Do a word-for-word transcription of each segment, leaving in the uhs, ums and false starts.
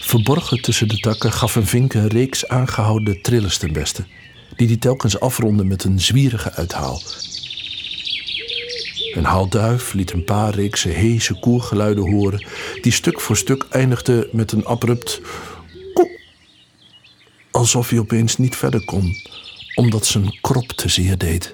Verborgen tussen de takken gaf een vink een reeks aangehouden trillers ten beste, die die telkens afronden met een zwierige uithaal. Een haalduif liet een paar reeksen heese koergeluiden horen, die stuk voor stuk eindigden met een abrupt koe. Alsof hij opeens niet verder kon, omdat zijn krop te zeer deed.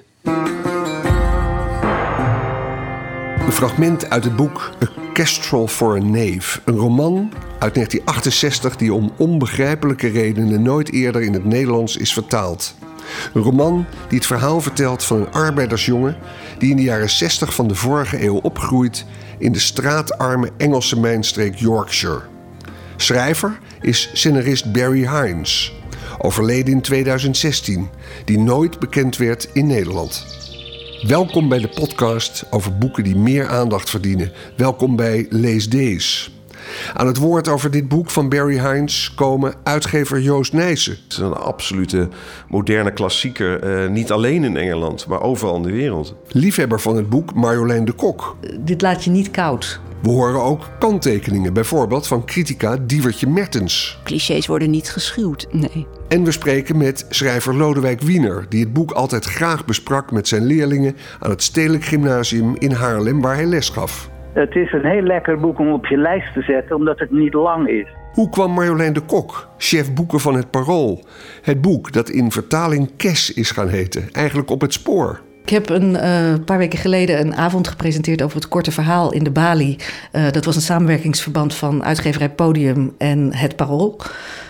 Een fragment uit het boek A Kestrel for a Knave. Een roman uit negentien achtenzestig die om onbegrijpelijke redenen nooit eerder in het Nederlands is vertaald. Een roman die het verhaal vertelt van een arbeidersjongen die in de jaren zestig van de vorige eeuw opgroeit in de straatarme Engelse mijnstreek Yorkshire. Schrijver is scenarist Barry Hines, overleden in tweeduizend zestien, die nooit bekend werd in Nederland. Welkom bij de podcast over boeken die meer aandacht verdienen. Welkom bij Lees Deze. Aan het woord over dit boek van Barry Hines komen uitgever Joost Nijssen. Het is een absolute moderne klassieker, uh, niet alleen in Engeland, maar overal in de wereld. Liefhebber van het boek Marjolein de Kok. Uh, dit laat je niet koud. We horen ook kanttekeningen, bijvoorbeeld van critica Diewertje Mertens. Clichés worden niet geschuwd, nee. En we spreken met schrijver Lodewijk Wiener, die het boek altijd graag besprak met zijn leerlingen aan het Stedelijk Gymnasium in Haarlem, waar hij les gaf. Het is een heel lekker boek om op je lijst te zetten, omdat het niet lang is. Hoe kwam Marjolein de Kok, chef boeken van Het Parool, het boek dat in vertaling Kes is gaan heten, eigenlijk op het spoor? Ik heb een uh, paar weken geleden een avond gepresenteerd over het korte verhaal in de Bali. Uh, dat was een samenwerkingsverband van uitgeverij Podium en Het Parool.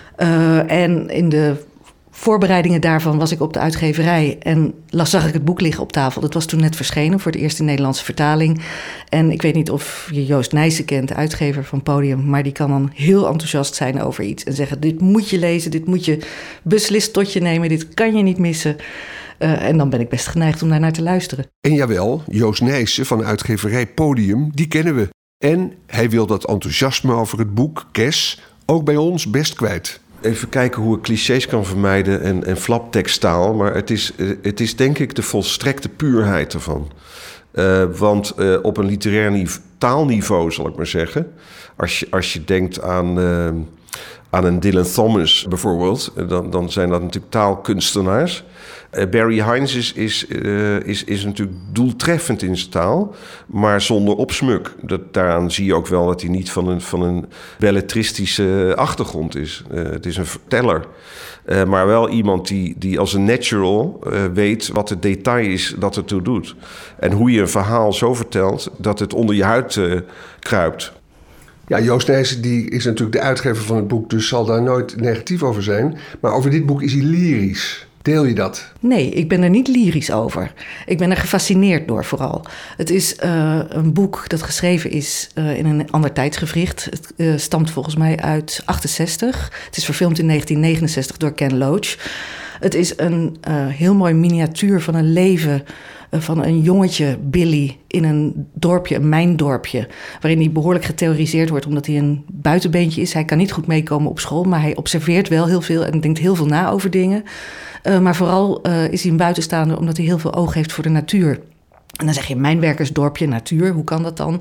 Uh, en in de voorbereidingen daarvan was ik op de uitgeverij en las, zag ik het boek liggen op tafel. Dat was toen net verschenen voor de eerste Nederlandse vertaling. En ik weet niet of je Joost Nijssen kent, de uitgever van Podium, maar die kan dan heel enthousiast zijn over iets en zeggen: dit moet je lezen, dit moet je beslist tot je nemen, dit kan je niet missen. Uh, en dan ben ik best geneigd om daar naar te luisteren. En jawel, Joost Nijssen van de uitgeverij Podium, die kennen we. En hij wil dat enthousiasme over het boek Kes ook bij ons best kwijt. Even kijken hoe ik clichés kan vermijden en, en flaptekstaal. Maar het is, het is denk ik de volstrekte puurheid ervan. Uh, want uh, op een literair nive- taalniveau, zal ik maar zeggen, Als je, als je denkt aan, uh, aan een Dylan Thomas bijvoorbeeld, dan, dan zijn dat natuurlijk taalkunstenaars. Uh, Barry Hines is, is, uh, is, is natuurlijk doeltreffend in zijn taal, maar zonder opsmuk. Dat, daaraan zie je ook wel dat hij niet van een, van een belletristische achtergrond is. Uh, het is een verteller. Uh, maar wel iemand die, die als een natural uh, weet wat het detail is dat ertoe doet. En hoe je een verhaal zo vertelt dat het onder je huid uh, kruipt. Ja, Joost Nijssen die is natuurlijk de uitgever van het boek, dus zal daar nooit negatief over zijn. Maar over dit boek is hij lyrisch. Deel je dat? Nee, ik ben er niet lyrisch over. Ik ben er gefascineerd door vooral. Het is uh, een boek dat geschreven is uh, in een ander tijdsgewricht. Het uh, stamt volgens mij uit achtenzestig. Het is verfilmd in negentien negenenzestig door Ken Loach. Het is een uh, heel mooi miniatuur van een leven uh, van een jongetje, Billy, in een dorpje, een mijndorpje, waarin hij behoorlijk getheoriseerd wordt omdat hij een buitenbeentje is. Hij kan niet goed meekomen op school, maar hij observeert wel heel veel en denkt heel veel na over dingen. Uh, maar vooral uh, is hij een buitenstaander omdat hij heel veel oog heeft voor de natuur. En dan zeg je mijnwerkersdorpje, natuur, hoe kan dat dan?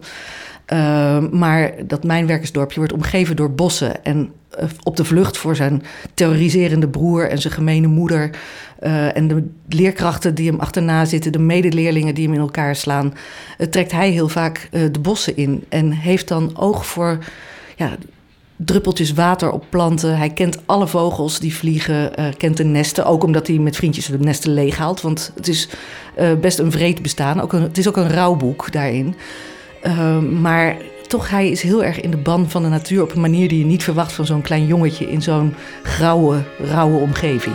Uh, maar dat mijnwerkersdorpje wordt omgeven door bossen en uh, op de vlucht voor zijn terroriserende broer en zijn gemene moeder uh, en de leerkrachten die hem achterna zitten, de medeleerlingen die hem in elkaar slaan, uh, trekt hij heel vaak uh, de bossen in en heeft dan oog voor ja, druppeltjes water op planten. Hij kent alle vogels die vliegen, uh, kent de nesten. Ook omdat hij met vriendjes de nesten leeghaalt. Want het is uh, best een vreed bestaan. Ook een, het is ook een rouwboek daarin. Uh, maar toch, hij is heel erg in de ban van de natuur op een manier die je niet verwacht van zo'n klein jongetje in zo'n grauwe, rauwe omgeving.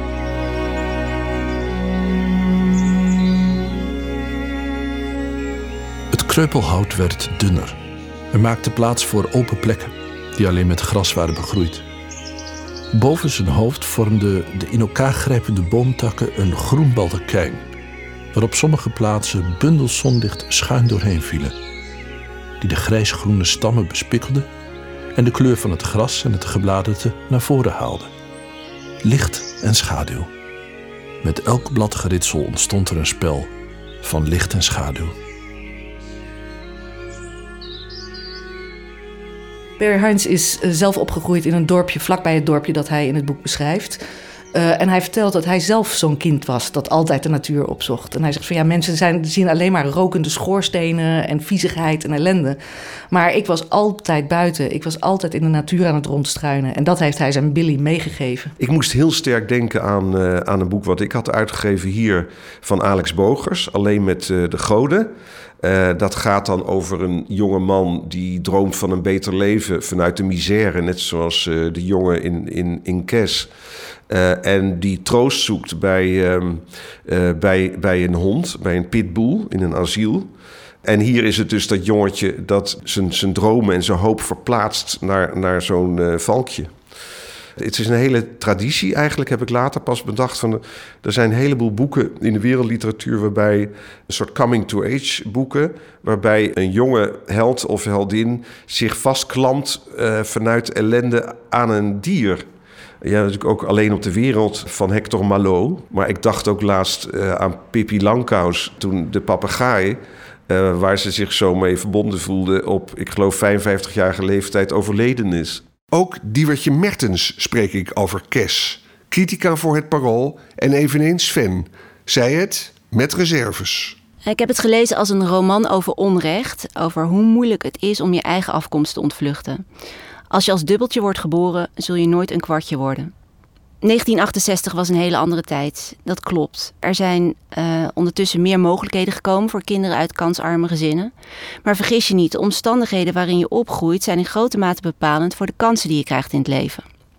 Het kreupelhout werd dunner en maakte plaats voor open plekken die alleen met gras waren begroeid. Boven zijn hoofd vormden de in elkaar grijpende boomtakken een groen baldakijn, waar op sommige plaatsen bundels zonlicht schuin doorheen vielen, die de grijsgroene stammen bespikkelden en de kleur van het gras en het gebladerte naar voren haalden. Licht en schaduw. Met elk bladgeritsel ontstond er een spel van licht en schaduw. Barry Hines is uh, zelf opgegroeid in een dorpje vlakbij het dorpje dat hij in het boek beschrijft. Uh, en hij vertelt dat hij zelf zo'n kind was dat altijd de natuur opzocht. En hij zegt van ja, mensen zijn, zien alleen maar rokende schoorstenen en viezigheid en ellende. Maar ik was altijd buiten. Ik was altijd in de natuur aan het rondstruinen. En dat heeft hij zijn Billy meegegeven. Ik moest heel sterk denken aan, uh, aan een boek wat ik had uitgegeven hier van Alex Bogers. Alleen met uh, de goden. Uh, dat gaat dan over een jonge man die droomt van een beter leven vanuit de misère. Net zoals uh, de jongen in, in, in Kes. Uh, en die troost zoekt bij, um, uh, bij, bij een hond, bij een pitbull in een asiel. En hier is het dus dat jongetje dat zijn, zijn dromen en zijn hoop verplaatst naar, naar zo'n uh, valkje. Het is een hele traditie eigenlijk, heb ik later pas bedacht. Van, er zijn een heleboel boeken in de wereldliteratuur waarbij een soort coming-to-age boeken, waarbij een jonge held of heldin zich vastklampt uh, vanuit ellende aan een dier. Ja, natuurlijk ook Alleen op de wereld van Hector Malot. Maar ik dacht ook laatst uh, aan Pippi Langkous, toen de papegaai, uh, waar ze zich zo mee verbonden voelde, op, ik geloof, vijfenvijftigjarige leeftijd overleden is. Ook Diewertje Mertens spreek ik over Kes. Critica voor het Parool en eveneens fan. Zij het met reserves. Ik heb het gelezen als een roman over onrecht. Over hoe moeilijk het is om je eigen afkomst te ontvluchten. Als je als dubbeltje wordt geboren, zul je nooit een kwartje worden. negentien achtenzestig was een hele andere tijd. Dat klopt. Er zijn uh, ondertussen meer mogelijkheden gekomen voor kinderen uit kansarme gezinnen. Maar vergis je niet, de omstandigheden waarin je opgroeit zijn in grote mate bepalend voor de kansen die je krijgt in het leven.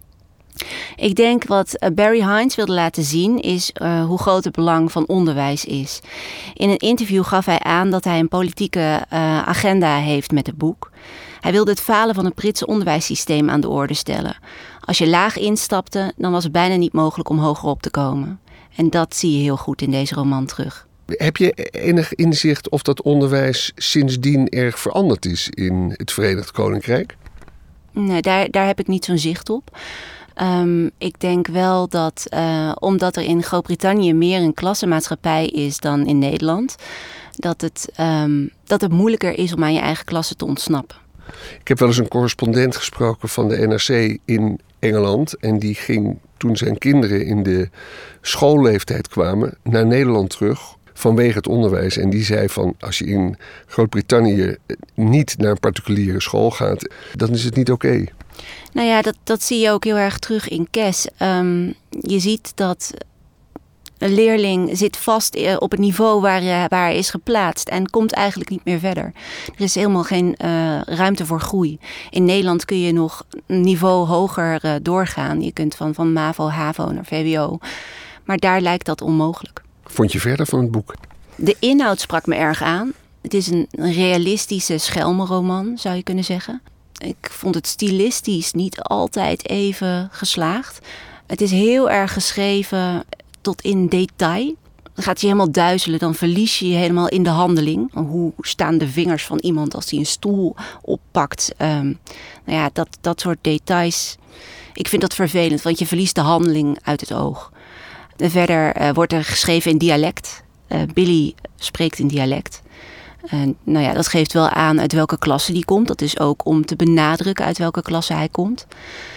Ik denk wat Barry Hines wilde laten zien is uh, hoe groot het belang van onderwijs is. In een interview gaf hij aan dat hij een politieke uh, agenda heeft met het boek. Hij wilde het falen van het Britse onderwijssysteem aan de orde stellen. Als je laag instapte, dan was het bijna niet mogelijk om hoger op te komen. En dat zie je heel goed in deze roman terug. Heb je enig inzicht of dat onderwijs sindsdien erg veranderd is in het Verenigd Koninkrijk? Nee, daar, daar heb ik niet zo'n zicht op. Um, ik denk wel dat, uh, omdat er in Groot-Brittannië meer een klassenmaatschappij is dan in Nederland, dat het, um, dat het moeilijker is om aan je eigen klasse te ontsnappen. Ik heb wel eens een correspondent gesproken van de N R C in Engeland. En die ging toen zijn kinderen in de schoolleeftijd kwamen naar Nederland terug vanwege het onderwijs. En die zei van, als je in Groot-Brittannië niet naar een particuliere school gaat, dan is het niet oké. Okay. Nou ja, dat, dat zie je ook heel erg terug in Kes. Um, je ziet dat een leerling zit vast op het niveau waar, waar hij is geplaatst en komt eigenlijk niet meer verder. Er is helemaal geen uh, ruimte voor groei. In Nederland kun je nog een niveau hoger uh, doorgaan. Je kunt van, van MAVO, HAVO naar V W O. Maar daar lijkt dat onmogelijk. Vond je verder van het boek? De inhoud sprak me erg aan. Het is een, een realistische schelmenroman, zou je kunnen zeggen. Ik vond het stilistisch niet altijd even geslaagd. Het is heel erg geschreven tot in detail. Dan gaat je helemaal duizelen, dan verlies je je helemaal in de handeling. Hoe staan de vingers van iemand als hij een stoel oppakt? Um, nou ja, dat, dat soort details. Ik vind dat vervelend, want je verliest de handeling uit het oog. En verder uh, wordt er geschreven in dialect. Uh, Billy spreekt in dialect. En nou ja, dat geeft wel aan uit welke klasse die komt. Dat is ook om te benadrukken uit welke klasse hij komt.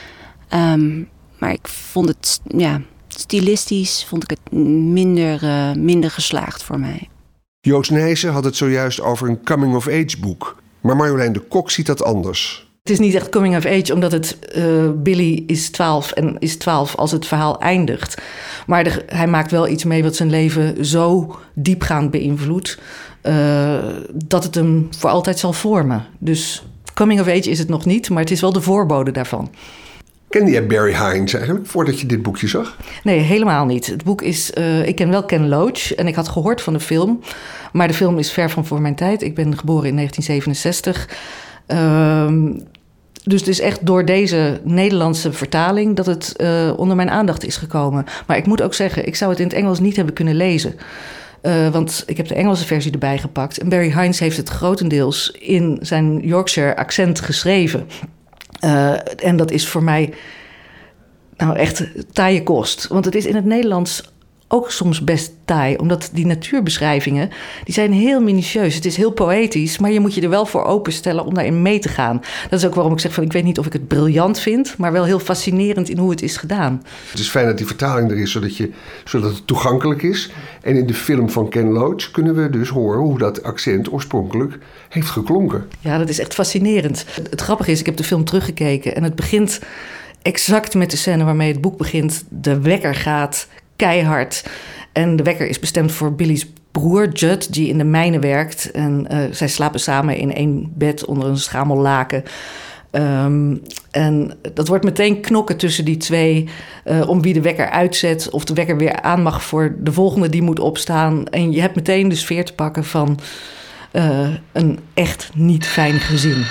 Um, maar ik vond het, ja, stilistisch vond ik het minder, uh, minder geslaagd voor mij. Joost Nijssen had het zojuist over een coming-of-age boek. Maar Marjolein de Kok ziet dat anders. Het is niet echt coming of age, omdat het uh, Billy is twaalf en is twaalf als het verhaal eindigt. Maar de, hij maakt wel iets mee wat zijn leven zo diepgaand beïnvloedt, uh, dat het hem voor altijd zal vormen. Dus coming of age is het nog niet, maar het is wel de voorbode daarvan. Kende jij Barry Hines eigenlijk, voordat je dit boekje zag? Nee, helemaal niet. Het boek is... Uh, ik ken wel Ken Loach en ik had gehoord van de film. Maar de film is ver van voor mijn tijd. Ik ben geboren in negentien zevenenzestig. Uh, dus het is echt door deze Nederlandse vertaling dat het uh, onder mijn aandacht is gekomen. Maar ik moet ook zeggen, ik zou het in het Engels niet hebben kunnen lezen. Uh, want ik heb de Engelse versie erbij gepakt. En Barry Hines heeft het grotendeels in zijn Yorkshire accent geschreven. Uh, en dat is voor mij nou echt taaie kost. Want het is in het Nederlands ook soms best taai. Omdat die natuurbeschrijvingen, die zijn heel minutieus. Het is heel poëtisch, maar je moet je er wel voor openstellen om daarin mee te gaan. Dat is ook waarom ik zeg van, ik weet niet of ik het briljant vind, maar wel heel fascinerend in hoe het is gedaan. Het is fijn dat die vertaling er is, zodat, je, zodat het toegankelijk is. En in de film van Ken Loach kunnen we dus horen hoe dat accent oorspronkelijk heeft geklonken. Ja, dat is echt fascinerend. Het grappige is, ik heb de film teruggekeken en het begint exact met de scène waarmee het boek begint. De wekker gaat keihard. En de wekker is bestemd voor Billy's broer Judd, die in de mijnen werkt. En uh, zij slapen samen in één bed onder een schamel Um, en dat wordt meteen knokken tussen die twee uh, om wie de wekker uitzet of de wekker weer aan mag voor de volgende die moet opstaan. En je hebt meteen de sfeer te pakken van uh, een echt niet fijn gezin.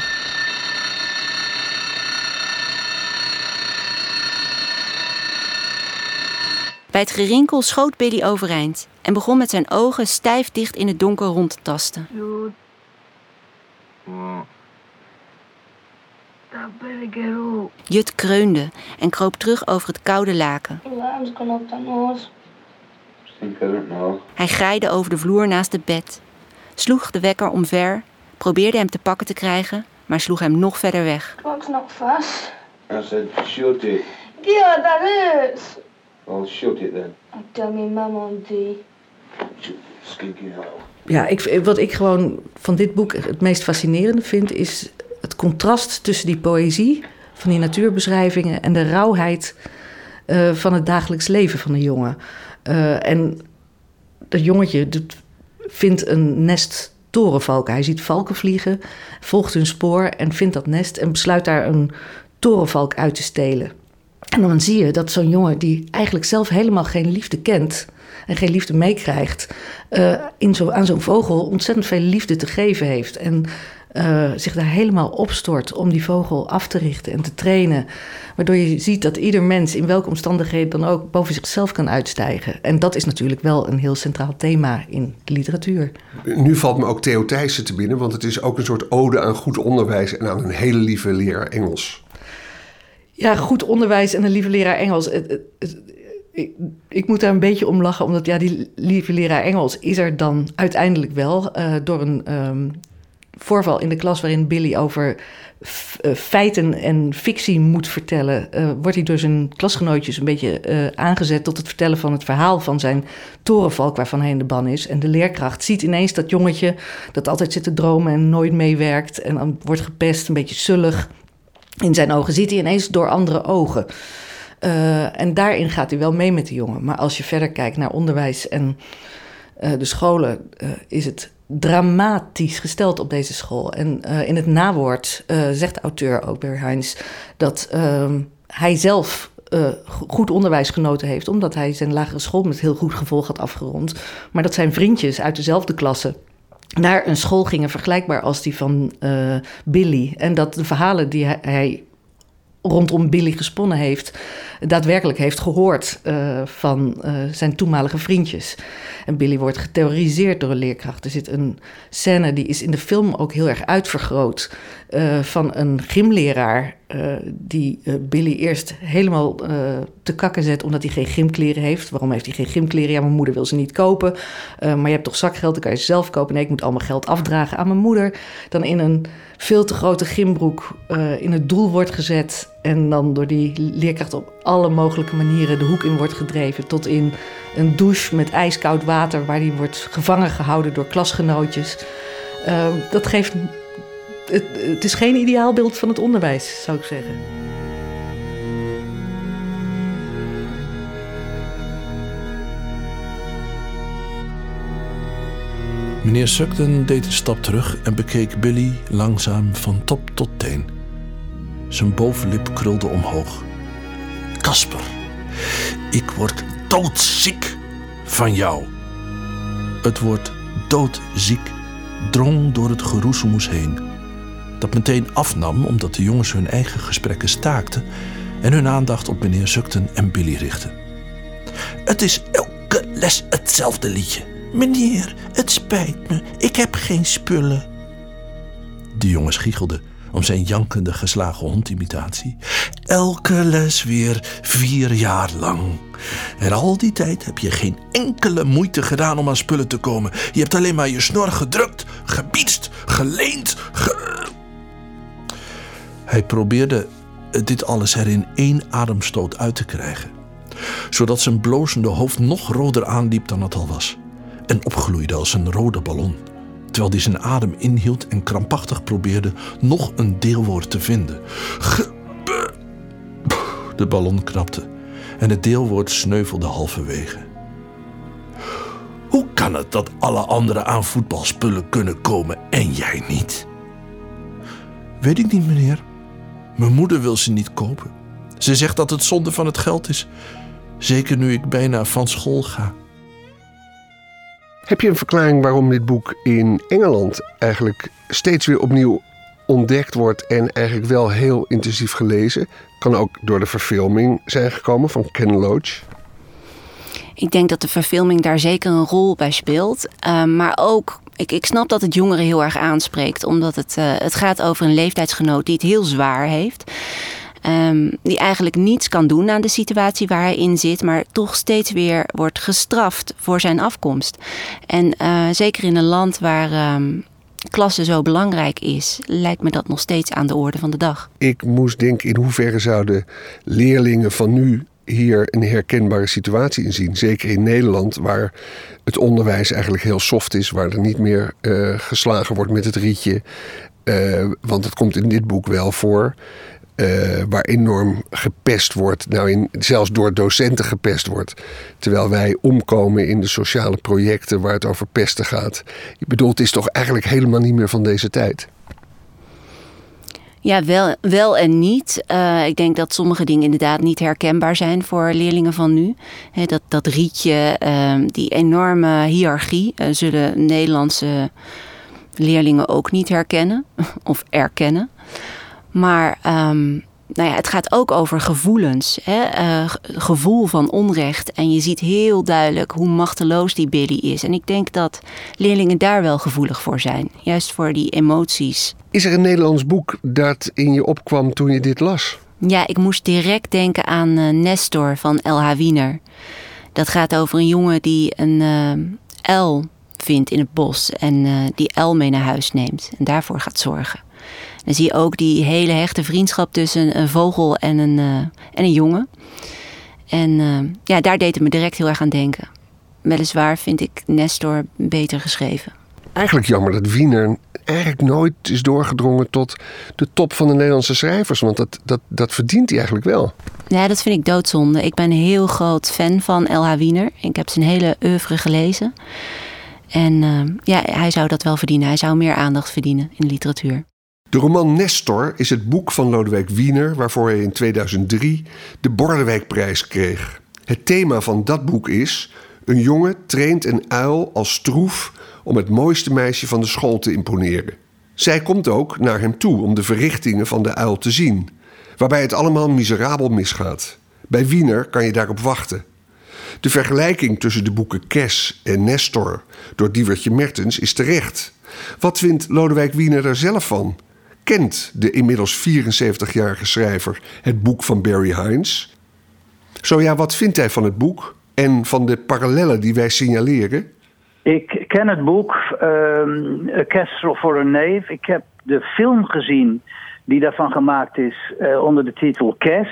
Bij het gerinkel schoot Billy overeind en begon met zijn ogen stijf dicht in het donker rond te tasten. Jut kreunde en kroop terug over het koude laken. Hij graaide over de vloer naast het bed, sloeg de wekker omver, probeerde hem te pakken te krijgen, maar sloeg hem nog verder weg. Clock's not fast. I said, shoot it. Yeah, that is. Well, shoot it then. I tell me mama on tea. Shoot it, skinky hell. Ja, ik, wat ik gewoon van dit boek het meest fascinerende vind, is het contrast tussen die poëzie van die natuurbeschrijvingen en de rauwheid uh, van het dagelijks leven van een jongen. Uh, en dat jongetje dat vindt een nest torenvalken. Hij ziet valken vliegen, volgt hun spoor en vindt dat nest en besluit daar een torenvalk uit te stelen. En dan zie je dat zo'n jongen die eigenlijk zelf helemaal geen liefde kent en geen liefde meekrijgt, uh, in zo, aan zo'n vogel ontzettend veel liefde te geven heeft. En uh, zich daar helemaal opstort om die vogel af te richten en te trainen. Waardoor je ziet dat ieder mens in welke omstandigheden dan ook boven zichzelf kan uitstijgen. En dat is natuurlijk wel een heel centraal thema in de literatuur. Nu valt me ook Theo Thijssen te binnen, want het is ook een soort ode aan goed onderwijs en aan een hele lieve leraar Engels. Ja, goed onderwijs en een lieve leraar Engels. Het, het, het, ik, ik moet daar een beetje om lachen, omdat ja, die lieve leraar Engels is er dan uiteindelijk wel. Uh, door een um, voorval in de klas waarin Billy over f, uh, feiten en fictie moet vertellen, Uh, wordt hij door zijn klasgenootjes een beetje uh, aangezet tot het vertellen van het verhaal van zijn torenvalk waarvan hij in de ban is. En de leerkracht ziet ineens dat jongetje dat altijd zit te dromen en nooit meewerkt en dan wordt gepest, een beetje zullig. In zijn ogen ziet hij ineens door andere ogen. Uh, en daarin gaat hij wel mee met de jongen. Maar als je verder kijkt naar onderwijs en uh, de scholen, Uh, is het dramatisch gesteld op deze school. En uh, in het nawoord uh, zegt de auteur ook, Barry Hines, dat uh, hij zelf uh, goed onderwijs genoten heeft, omdat hij zijn lagere school met heel goed gevolg had afgerond. Maar dat zijn vriendjes uit dezelfde klasse naar een school gingen vergelijkbaar als die van uh, Billy. En dat de verhalen die hij, hij rondom Billy gesponnen heeft, daadwerkelijk heeft gehoord uh, van uh, zijn toenmalige vriendjes. En Billy wordt geterroriseerd door een leerkracht. Er zit een scène, die is in de film ook heel erg uitvergroot, Uh, van een gymleraar uh, die uh, Billy eerst helemaal uh, te kakken zet omdat hij geen gymkleren heeft. Waarom heeft hij geen gymkleren? Ja, mijn moeder wil ze niet kopen. Uh, maar je hebt toch zakgeld, dan kan je ze zelf kopen. Nee, ik moet allemaal geld afdragen aan mijn moeder. Dan in een veel te grote gymbroek uh, in het doel wordt gezet en dan door die leerkracht op alle mogelijke manieren de hoek in wordt gedreven, tot in een douche met ijskoud water waar hij wordt gevangen gehouden door klasgenootjes. Uh, dat geeft Het, het is geen ideaalbeeld van het onderwijs, zou ik zeggen. Meneer Sugden deed een stap terug en bekeek Billy langzaam van top tot teen. Zijn bovenlip krulde omhoog. Casper, ik word doodziek van jou. Het woord doodziek drong door het geroezemoes heen, dat meteen afnam omdat de jongens hun eigen gesprekken staakten en hun aandacht op meneer Sugden en Billy richtten. Het is elke les hetzelfde liedje. Meneer, het spijt me, ik heb geen spullen. De jongens giechelden om zijn jankende geslagen hondimitatie. Elke les weer vier jaar lang. En al die tijd heb je geen enkele moeite gedaan om aan spullen te komen. Je hebt alleen maar je snor gedrukt, gebiedst, geleend, ge... Hij probeerde dit alles er in één ademstoot uit te krijgen, zodat zijn blozende hoofd nog roder aanliep dan het al was en opgloeide als een rode ballon, terwijl hij zijn adem inhield en krampachtig probeerde nog een deelwoord te vinden. Ge... De ballon knapte en het deelwoord sneuvelde halverwege. Hoe kan het dat alle anderen aan voetbalspullen kunnen komen en jij niet? Weet ik niet, meneer. Mijn moeder wil ze niet kopen. Ze zegt dat het zonde van het geld is. Zeker nu ik bijna van school ga. Heb je een verklaring waarom dit boek in Engeland eigenlijk steeds weer opnieuw ontdekt wordt en eigenlijk wel heel intensief gelezen? Kan ook door de verfilming zijn gekomen van Ken Loach. Ik denk dat de verfilming daar zeker een rol bij speelt. Uh, maar ook, ik, ik snap dat het jongeren heel erg aanspreekt. Omdat het, uh, het gaat over een leeftijdsgenoot die het heel zwaar heeft. Um, die eigenlijk niets kan doen aan de situatie waar hij in zit, maar toch steeds weer wordt gestraft voor zijn afkomst. En uh, zeker in een land waar um, klasse zo belangrijk is, lijkt me dat nog steeds aan de orde van de dag. Ik moest denken, in hoeverre zouden leerlingen van nu hier een herkenbare situatie in zien? Zeker in Nederland, waar het onderwijs eigenlijk heel soft is, waar er niet meer uh, geslagen wordt met het rietje. Uh, want het komt in dit boek wel voor. Uh, waar enorm gepest wordt, nou in, zelfs door docenten gepest wordt. Terwijl wij omkomen in de sociale projecten waar het over pesten gaat. Ik bedoel, het is toch eigenlijk helemaal niet meer van deze tijd? Ja, wel, wel en niet. Uh, ik denk dat sommige dingen inderdaad niet herkenbaar zijn voor leerlingen van nu. He, dat, dat rietje, uh, die enorme hiërarchie, uh, zullen Nederlandse leerlingen ook niet herkennen of erkennen. Maar um, nou ja, het gaat ook over gevoelens. Hè? Uh, gevoel van onrecht. En je ziet heel duidelijk hoe machteloos die Billy is. En ik denk dat leerlingen daar wel gevoelig voor zijn. Juist voor die emoties. Is er een Nederlands boek dat in je opkwam toen je dit las? Ja, ik moest direct denken aan uh, Nestor van L H Wiener. Dat gaat over een jongen die een uh, uil vindt in het bos. En uh, die uil mee naar huis neemt. En daarvoor gaat zorgen. Dan zie je ook die hele hechte vriendschap tussen een vogel en een, uh, en een jongen. En uh, ja, daar deed het me direct heel erg aan denken. Weliswaar vind ik Nestor beter geschreven. Eigenlijk jammer dat Wiener eigenlijk nooit is doorgedrongen tot de top van de Nederlandse schrijvers. Want dat, dat, dat verdient hij eigenlijk wel. Ja, dat vind ik doodzonde. Ik ben een heel groot fan van L H Wiener. Ik heb zijn hele oeuvre gelezen. En uh, ja, hij zou dat wel verdienen. Hij zou meer aandacht verdienen in de literatuur. De roman Nestor is het boek van Lodewijk Wiener, waarvoor hij in tweeduizend drie de Bordewijkprijs kreeg. Het thema van dat boek is: een jongen traint een uil als stroef om het mooiste meisje van de school te imponeren. Zij komt ook naar hem toe om de verrichtingen van de uil te zien, waarbij het allemaal miserabel misgaat. Bij Wiener kan je daarop wachten. De vergelijking tussen de boeken Kes en Nestor door Diewertje Mertens is terecht. Wat vindt Lodewijk Wiener er zelf van? Kent de inmiddels vierenzeventigjarige schrijver het boek van Barry Hines? Zo ja, wat vindt hij van het boek en van de parallellen die wij signaleren? Ik ken het boek um, A Kestrel for a Knave. Ik heb de film gezien die daarvan gemaakt is uh, onder de titel Kes.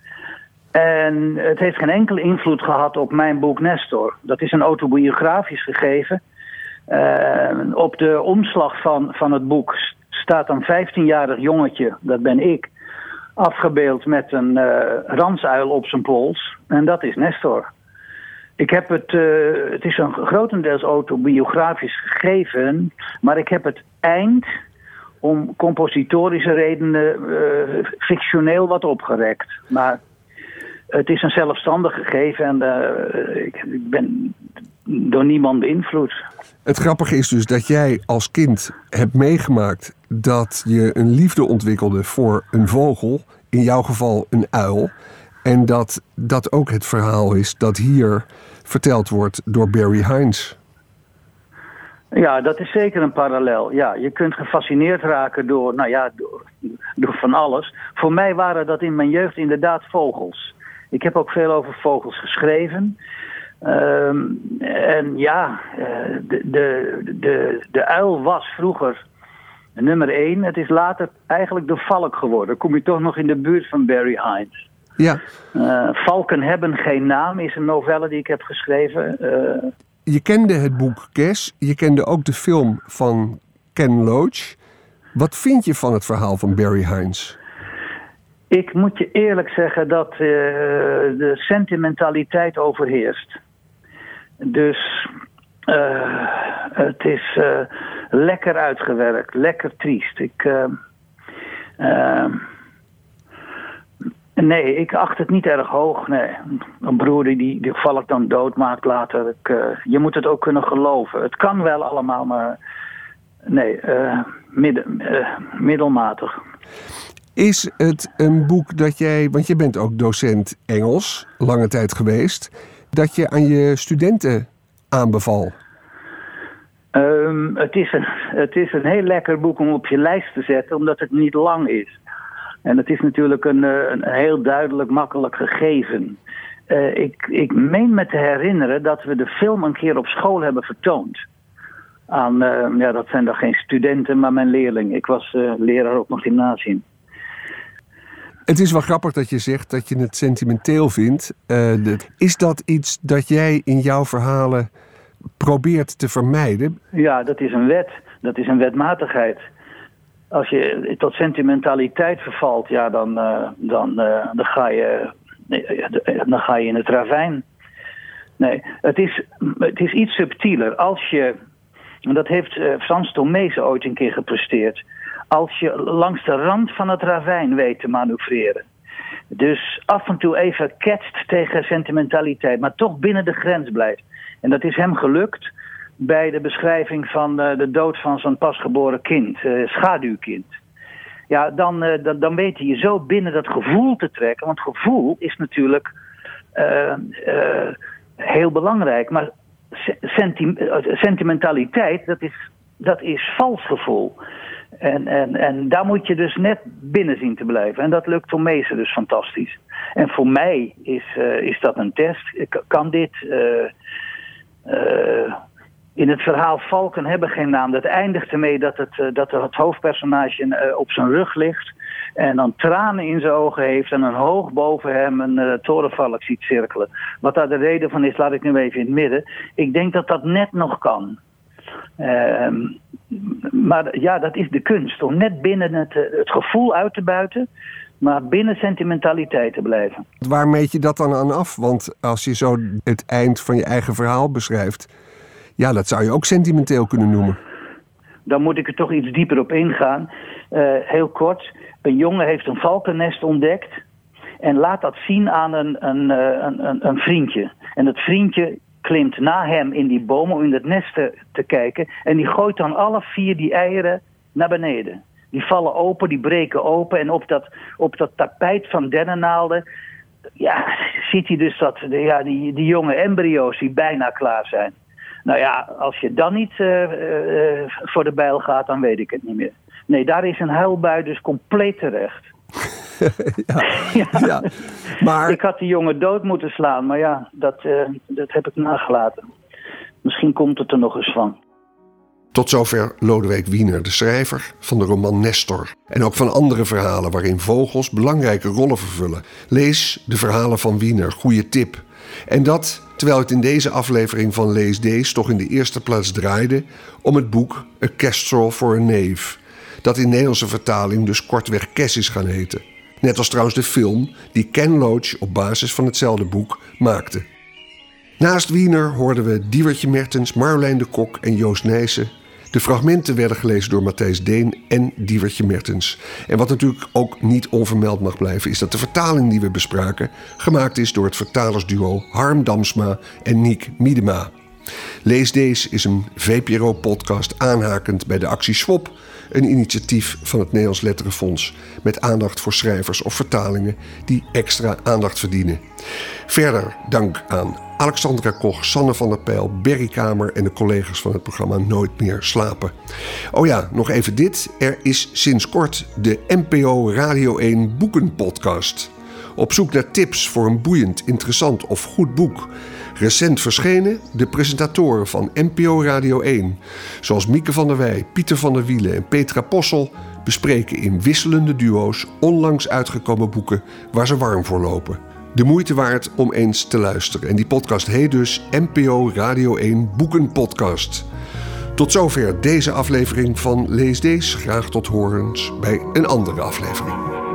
En het heeft geen enkele invloed gehad op mijn boek Nestor. Dat is een autobiografisch gegeven. Uh, op de omslag van, van het boek staat een vijftienjarig jongetje, dat ben ik, afgebeeld met een uh, ransuil op zijn pols. En dat is Nestor. Ik heb het, uh, het is een grotendeels autobiografisch gegeven, maar ik heb het eind om compositorische redenen uh, fictioneel wat opgerekt. Maar het is een zelfstandig gegeven en uh, ik, ik ben door niemand beïnvloed. Het grappige is dus dat jij als kind hebt meegemaakt dat je een liefde ontwikkelde voor een vogel, in jouw geval een uil. En dat dat ook het verhaal is dat hier verteld wordt door Barry Hines. Ja, dat is zeker een parallel. Ja, je kunt gefascineerd raken door, nou ja, door, door van alles. Voor mij waren dat in mijn jeugd inderdaad vogels. Ik heb ook veel over vogels geschreven. Um, en ja, de, de, de, de uil was vroeger nummer één. Het is later eigenlijk de valk geworden. Dan kom je toch nog in de buurt van Barry Hines. Ja. Uh, Valken hebben geen naam is een novelle die ik heb geschreven. Uh, Je kende het boek Kes. Je kende ook de film van Ken Loach. Wat vind je van het verhaal van Barry Hines? Ik moet je eerlijk zeggen dat uh, de sentimentaliteit overheerst. Dus uh, het is uh, lekker uitgewerkt, lekker triest. Ik, uh, uh, nee, ik acht het niet erg hoog. Nee. Een broer die, die, die valk dan doodmaakt later. Ik, uh, je moet het ook kunnen geloven. Het kan wel allemaal, maar nee, uh, midden, uh, middelmatig. Is het een boek dat jij, want je bent ook docent Engels, lange tijd geweest, dat je aan je studenten aanbeval? Um, het, is een, het is een heel lekker boek om op je lijst te zetten, omdat het niet lang is. En het is natuurlijk een, een heel duidelijk, makkelijk gegeven. Uh, ik, ik meen me te herinneren dat we de film een keer op school hebben vertoond. Aan, uh, ja, dat zijn dan geen studenten, maar mijn leerlingen. Ik was uh, leraar op een gymnasium. Het is wel grappig dat je zegt dat je het sentimenteel vindt. Uh, de, is dat iets dat jij in jouw verhalen probeert te vermijden? Ja, dat is een wet. Dat is een wetmatigheid. Als je tot sentimentaliteit vervalt, ja, dan, uh, dan, uh, dan, ga je, dan ga je in het ravijn. Nee, het is, het is iets subtieler. Als je, en dat heeft uh, Frans Tomezen ooit een keer gepresteerd, als je langs de rand van het ravijn weet te manoeuvreren. Dus af en toe even ketst tegen sentimentaliteit, maar toch binnen de grens blijft. En dat is hem gelukt bij de beschrijving van uh, de dood van zo'n pasgeboren kind, uh, schaduwkind. Ja, dan, uh, dan, dan weet je zo binnen dat gevoel te trekken, want gevoel is natuurlijk uh, uh, heel belangrijk. Maar senti- sentimentaliteit, dat is, dat is vals gevoel. En, en, en daar moet je dus net binnen zien te blijven. En dat lukt voor meesten dus fantastisch. En voor mij is, uh, is dat een test. Ik kan dit... Uh, uh, in het verhaal Valken hebben geen naam. Dat eindigt ermee dat het, uh, dat het hoofdpersonage uh, op zijn rug ligt. En dan tranen in zijn ogen heeft. En een hoog boven hem een uh, torenvalk ziet cirkelen. Wat daar de reden van is, laat ik nu even in het midden. Ik denk dat dat net nog kan. Uh, maar ja, dat is de kunst. Om net binnen het, het gevoel uit te buiten, maar binnen sentimentaliteit te blijven. Waar meet je dat dan aan af? Want als je zo het eind van je eigen verhaal beschrijft, ja, dat zou je ook sentimenteel kunnen noemen. Dan moet ik er toch iets dieper op ingaan. Uh, heel kort, een jongen heeft een valkennest ontdekt en laat dat zien aan een, een, een, een, een vriendje. En dat vriendje klimt na hem in die boom om in het nest te, te kijken. En die gooit dan alle vier die eieren naar beneden. Die vallen open, die breken open. En op dat, op dat tapijt van dennennaalden, ja, ziet hij dus dat, ja, die, die jonge embryo's die bijna klaar zijn. Nou ja, als je dan niet uh, uh, voor de bijl gaat, dan weet ik het niet meer. Nee, daar is een huilbui dus compleet terecht. ja, ja. ja, maar... Ik had die jongen dood moeten slaan, maar ja, dat, uh, dat heb ik nagelaten. Misschien komt het er nog eens van. Tot zover Lodewijk Wiener, de schrijver van de roman Nestor. En ook van andere verhalen waarin vogels belangrijke rollen vervullen. Lees de verhalen van Wiener, goede tip. En dat terwijl het in deze aflevering van Lees Deze toch in de eerste plaats draaide om het boek A Kestrel for a Knave. Dat in Nederlandse vertaling dus kortweg Kes is gaan heten. Net als trouwens de film die Ken Loach op basis van hetzelfde boek maakte. Naast Wiener hoorden we Diewertje Mertens, Marjolein de Kok en Joost Nijssen. De fragmenten werden gelezen door Matthijs Deen en Diewertje Mertens. En wat natuurlijk ook niet onvermeld mag blijven, is dat de vertaling die we bespraken gemaakt is door het vertalersduo Harm Damsma en Niek Miedema. Lees Deze is een V P R O-podcast aanhakend bij de actie S W O P, een initiatief van het Nederlands Letterenfonds met aandacht voor schrijvers of vertalingen die extra aandacht verdienen. Verder dank aan Alexandra Koch, Sanne van der Pijl, Berry Kamer en de collega's van het programma Nooit meer slapen. Oh ja, nog even dit. Er is sinds kort de N P O Radio één Boekenpodcast. Op zoek naar tips voor een boeiend, interessant of goed boek. Recent verschenen de presentatoren van N P O Radio één, zoals Mieke van der Wij, Pieter van der Wielen en Petra Possel, bespreken in wisselende duo's onlangs uitgekomen boeken waar ze warm voor lopen. De moeite waard om eens te luisteren. En die podcast heet dus N P O Radio één Boekenpodcast. Tot zover deze aflevering van Lees Dees. Graag tot horens bij een andere aflevering.